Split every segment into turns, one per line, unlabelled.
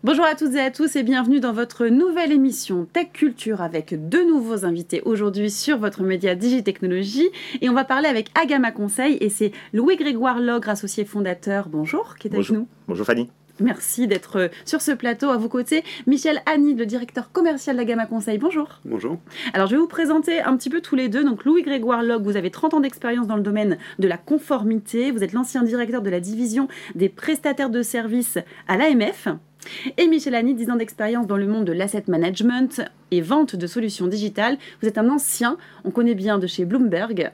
Bonjour à toutes et à tous et bienvenue dans votre nouvelle émission Tech Culture avec deux nouveaux invités aujourd'hui sur votre média Digitechnologie. Et on va parler avec Agama Conseil et c'est Louis-Grégoire Logre, associé fondateur, bonjour, qui est avec nous.
Bonjour Fanny.
Merci d'être sur ce plateau. À vos côtés, Michel Hanni, le directeur commercial d'Agama Conseil. Bonjour.
Bonjour.
Alors, je vais vous présenter un petit peu tous les deux. Donc, Louis-Grégoire Logre, vous avez 30 ans d'expérience dans le domaine de la conformité. Vous êtes l'ancien directeur de la division des prestataires de services à l'AMF. Et Michel Hanni, 10 ans d'expérience dans le monde de l'asset management et vente de solutions digitales. Vous êtes un ancien, on connaît bien de chez Bloomberg.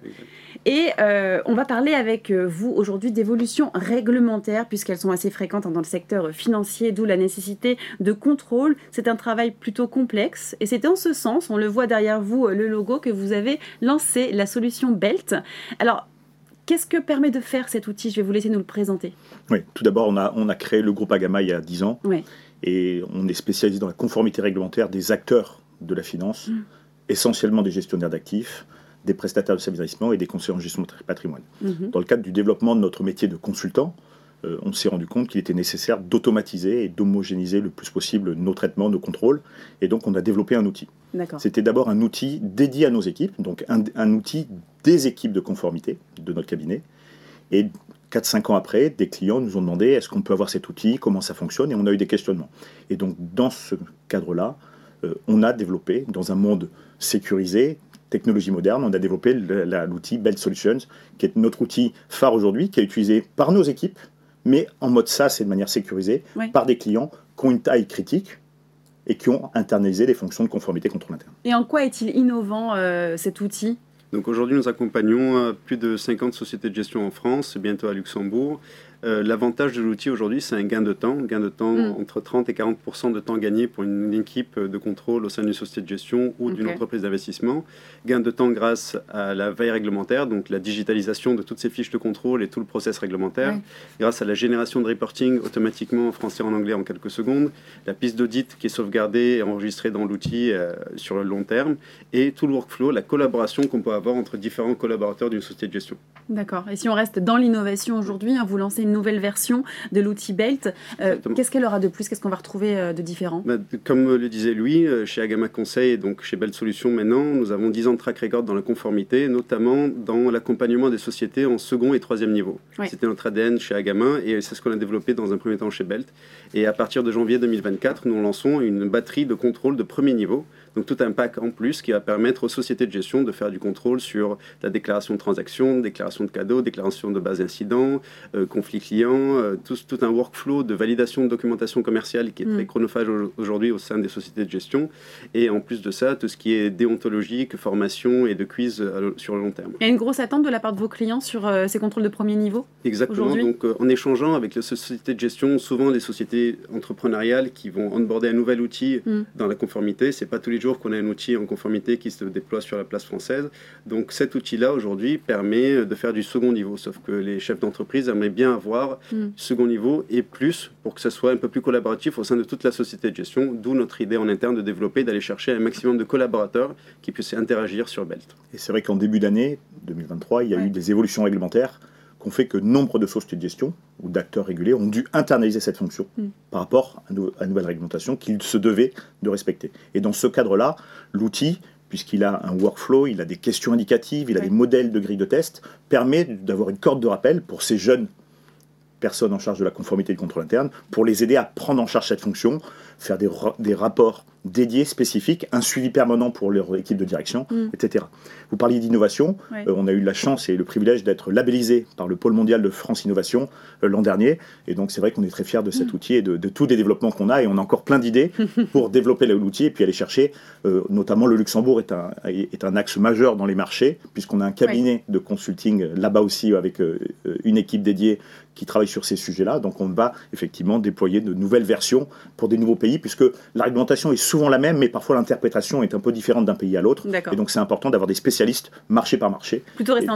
Et on va parler avec vous aujourd'hui d'évolutions réglementaires puisqu'elles sont assez fréquentes dans le secteur financier, d'où la nécessité de contrôle. C'est un travail plutôt complexe et c'est en ce sens, on le voit derrière vous, le logo, que vous avez lancé la solution BELT. Alors, qu'est-ce que permet de faire cet outil ? Je vais vous laisser nous le présenter.
Oui, tout d'abord, on a créé le groupe Agama il y a 10 ans.
Oui. Et
on est spécialisé dans la conformité réglementaire des acteurs de la finance, essentiellement des gestionnaires d'actifs, des prestataires de services d'investissement et des conseillers en gestion de patrimoine. Dans le cadre du développement de notre métier de consultant, on s'est rendu compte qu'il était nécessaire d'automatiser et d'homogénéiser le plus possible nos traitements, nos contrôles. Et donc, on a développé un outil. C'était d'abord un outil dédié à nos équipes, donc un outil des équipes de conformité de notre cabinet. Et 4-5 ans après, des clients nous ont demandé est-ce qu'on peut avoir cet outil, comment ça fonctionne, et on a eu des questionnements. Et donc, dans ce cadre-là, on a développé, dans un monde sécurisé, technologie moderne, on a développé l'outil BELT Solutions, qui est notre outil phare aujourd'hui, qui est utilisé par nos équipes, mais en mode SaaS et de manière sécurisée, par des clients qui ont une taille critique et qui ont internalisé des fonctions de conformité contrôle interne.
Et en quoi est-il innovant cet outil ?
Donc aujourd'hui, nous accompagnons plus de 50 sociétés de gestion en France, bientôt à Luxembourg. L'avantage de l'outil aujourd'hui, c'est un gain de temps entre 30 et 40% de temps gagné pour une équipe de contrôle au sein d'une société de gestion ou d'une entreprise d'investissement. Gain de temps grâce à la veille réglementaire, donc la digitalisation de toutes ces fiches de contrôle et tout le process réglementaire. Grâce à la génération de reporting automatiquement en français et en anglais en quelques secondes. La piste d'audit qui est sauvegardée et enregistrée dans l'outil sur le long terme. Et tout le workflow, la collaboration qu'on peut avoir entre différents collaborateurs d'une société de gestion.
D'accord. Et si on reste dans l'innovation aujourd'hui, vous lancez une nouvelle version de l'outil BELT. Qu'est-ce qu'elle aura de plus ? Qu'est-ce qu'on va retrouver de différent ?
Comme le disait Louis, chez Agama Conseil et donc chez BELT Solutions maintenant, nous avons 10 ans de track record dans la conformité, notamment dans l'accompagnement des sociétés en second et troisième niveau. C'était notre ADN chez Agama et c'est ce qu'on a développé dans un premier temps chez BELT. Et à partir de janvier 2024, nous lançons une batterie de contrôle de premier niveau. Donc tout un pack en plus qui va permettre aux sociétés de gestion de faire du contrôle sur la déclaration de transactions, déclaration de cadeaux, déclaration de base d'incidents, conflits clients, tout un workflow de validation de documentation commerciale qui est très chronophage aujourd'hui au sein des sociétés de gestion. Et en plus de ça, tout ce qui est déontologique, formation et de quiz sur le long terme.
Il y a une grosse attente de la part de vos clients sur ces contrôles de premier niveau ?
Exactement. Donc en échangeant avec les sociétés de gestion, souvent les sociétés entrepreneuriales qui vont onboarder un nouvel outil dans la conformité, c'est pas tous les jours qu'on a un outil en conformité qui se déploie sur la place française. Donc cet outil-là, aujourd'hui, permet de faire du second niveau. Sauf que les chefs d'entreprise aimeraient bien avoir second niveau et plus pour que ça soit un peu plus collaboratif au sein de toute la société de gestion. D'où notre idée en interne de développer, d'aller chercher un maximum de collaborateurs qui puissent interagir sur BELT.
Et c'est vrai qu'en début d'année 2023, il y a eu des évolutions réglementaires qui ont fait que nombre de sociétés de gestion ou d'acteurs régulés ont dû internaliser cette fonction par rapport à la nouvelle réglementation qu'ils se devaient de respecter. Et dans ce cadre-là, l'outil, puisqu'il a un workflow, il a des questions indicatives, il a des modèles de grille de test, permet d'avoir une corde de rappel pour ces jeunes personnes en charge de la conformité et du contrôle interne, pour les aider à prendre en charge cette fonction, faire des rapports dédiés, spécifiques, un suivi permanent pour leur équipe de direction, etc. Vous parliez d'innovation, on a eu la chance et le privilège d'être labellisé par le Pôle mondial de France Innovation l'an dernier, et donc c'est vrai qu'on est très fiers de cet outil et de tous les développements qu'on a, et on a encore plein d'idées pour développer l'outil et puis aller chercher, notamment le Luxembourg est un axe majeur dans les marchés, puisqu'on a un cabinet de consulting là-bas aussi avec une équipe dédiée qui travaille sur ces sujets-là, donc on va effectivement déployer de nouvelles versions pour des nouveaux pays, puisque la réglementation est souvent la même, mais parfois l'interprétation est un peu différente d'un pays à l'autre. Et donc c'est important d'avoir des spécialistes marché par marché.
Plutôt rester en Europe ?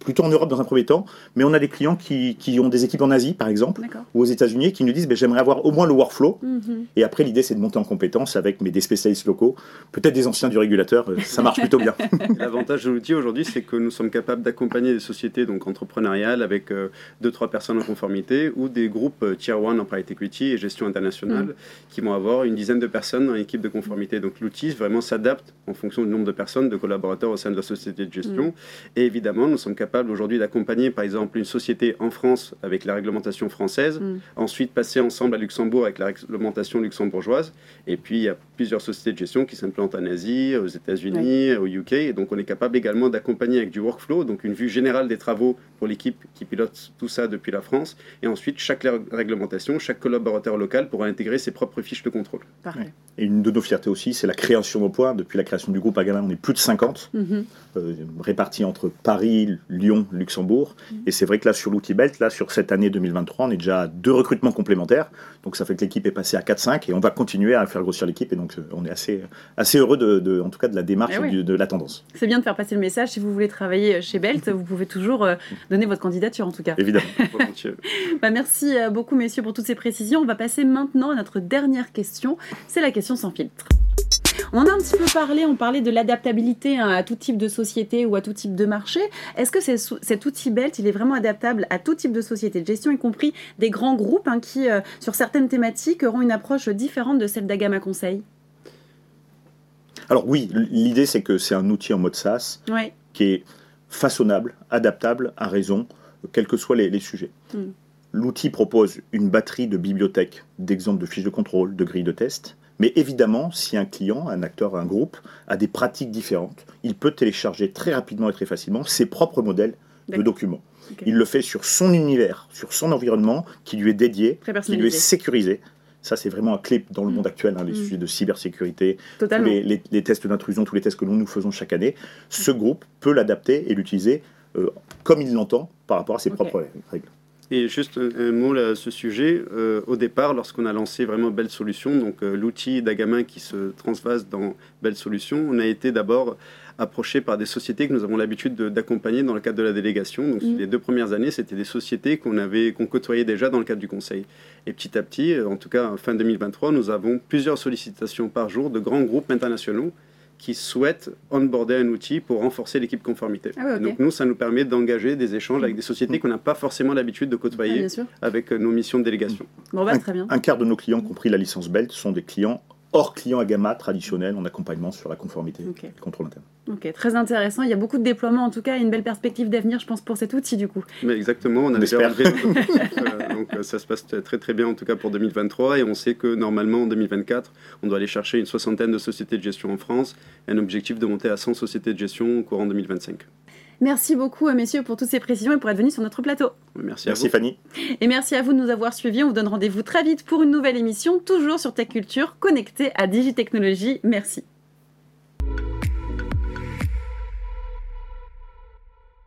plutôt en Europe dans un premier temps, mais on a des clients qui ont des équipes en Asie, par exemple, ou aux États-Unis, qui nous disent j'aimerais avoir au moins le workflow. Et après, l'idée, c'est de monter en compétence avec des spécialistes locaux, peut-être des anciens du régulateur, ça marche plutôt bien.
L'avantage de l'outil aujourd'hui, c'est que nous sommes capables d'accompagner des sociétés donc entrepreneuriales avec 2-3 personnes en conformité ou des groupes Tier 1 en private equity et gestion internationale qui vont avoir une dizaine de personnes dans l'équipe de conformité. Donc l'outil vraiment s'adapte en fonction du nombre de personnes, de collaborateurs au sein de la société de gestion. Et évidemment, nous sommes capables aujourd'hui d'accompagner par exemple une société en France avec la réglementation française, ensuite passer ensemble à Luxembourg avec la réglementation luxembourgeoise. Et puis il y a plusieurs sociétés de gestion qui s'implantent en Asie, aux États-Unis, au UK. Et donc on est capable également d'accompagner avec du workflow, donc une vue générale des travaux pour l'équipe qui pilote tout ça depuis la France. Et ensuite, chaque réglementation, chaque collaborateur local pourra intégrer ses propres fiches de contrôle.
Parfait.
Et une de nos fiertés aussi, c'est la création d'emplois. Depuis la création du groupe Agama, on est plus de 50, répartis entre Paris, Lyon, Luxembourg. Et c'est vrai que là, sur l'outil Belt, là, sur cette année 2023, on est déjà à 2 recrutements complémentaires. Donc ça fait que l'équipe est passée à 4-5 et on va continuer à faire grossir l'équipe. Et donc on est assez heureux en tout cas de la démarche et de la tendance.
C'est bien de faire passer le message. Si vous voulez travailler chez Belt, vous pouvez toujours donner votre candidature en tout cas.
Évidemment.
Merci beaucoup messieurs pour toutes ces précisions. On va passer maintenant à notre dernière question. C'est la question sans filtre. On en a un petit peu parlé, on parlait de l'adaptabilité à tout type de société ou à tout type de marché. Est-ce que cet outil Belt, il est vraiment adaptable à tout type de société de gestion, y compris des grands groupes qui, sur certaines thématiques, auront une approche différente de celle d'Agama Conseil ?
Alors oui, l'idée c'est que c'est un outil en mode SaaS qui est façonnable, adaptable à raison, quels que soient les sujets. L'outil propose une batterie de bibliothèques, d'exemples de fiches de contrôle, de grilles de test. Mais évidemment, si un client, un acteur, un groupe a des pratiques différentes, il peut télécharger très rapidement et très facilement ses propres modèles de documents. Il le fait sur son univers, sur son environnement, qui lui est dédié, qui lui est sécurisé. Ça, c'est vraiment un clé dans le monde actuel, les sujets de cybersécurité, les tests d'intrusion, tous les tests que nous faisons chaque année. Ce groupe peut l'adapter et l'utiliser comme il l'entend par rapport à ses propres règles.
Et juste un mot à ce sujet, au départ, lorsqu'on a lancé vraiment Belt Solutions, donc l'outil d'Agama qui se transvase dans Belt Solutions, on a été d'abord approché par des sociétés que nous avons l'habitude d'accompagner dans le cadre de la délégation. Donc les 2 premières années, c'était des sociétés qu'on côtoyait déjà dans le cadre du conseil. Et petit à petit, en tout cas fin 2023, nous avons plusieurs sollicitations par jour de grands groupes internationaux qui souhaitent onboarder un outil pour renforcer l'équipe conformité. Donc nous, ça nous permet d'engager des échanges avec des sociétés qu'on n'a pas forcément l'habitude de côtoyer avec nos missions de délégation.
Très bien.
Un quart de nos clients, compris la licence Belt, sont des clients hors clients Agama traditionnels en accompagnement sur la conformité et le contrôle interne.
Ok, très intéressant. Il y a beaucoup de déploiements, en tout cas, et une belle perspective d'avenir, je pense, pour cet outil, du coup.
Mais exactement, on a déjà relevé donc ça se passe très très bien, en tout cas pour 2023, et on sait que normalement, en 2024, on doit aller chercher une 60aine de sociétés de gestion en France, et un objectif de monter à 100 sociétés de gestion au courant 2025.
Merci beaucoup, messieurs, pour toutes ces précisions et pour être venus sur notre plateau.
Merci
Fanny.
Et merci à vous de nous avoir suivis. On vous donne rendez-vous très vite pour une nouvelle émission, toujours sur Tech Culture, connectée à Digitechnologie. Merci.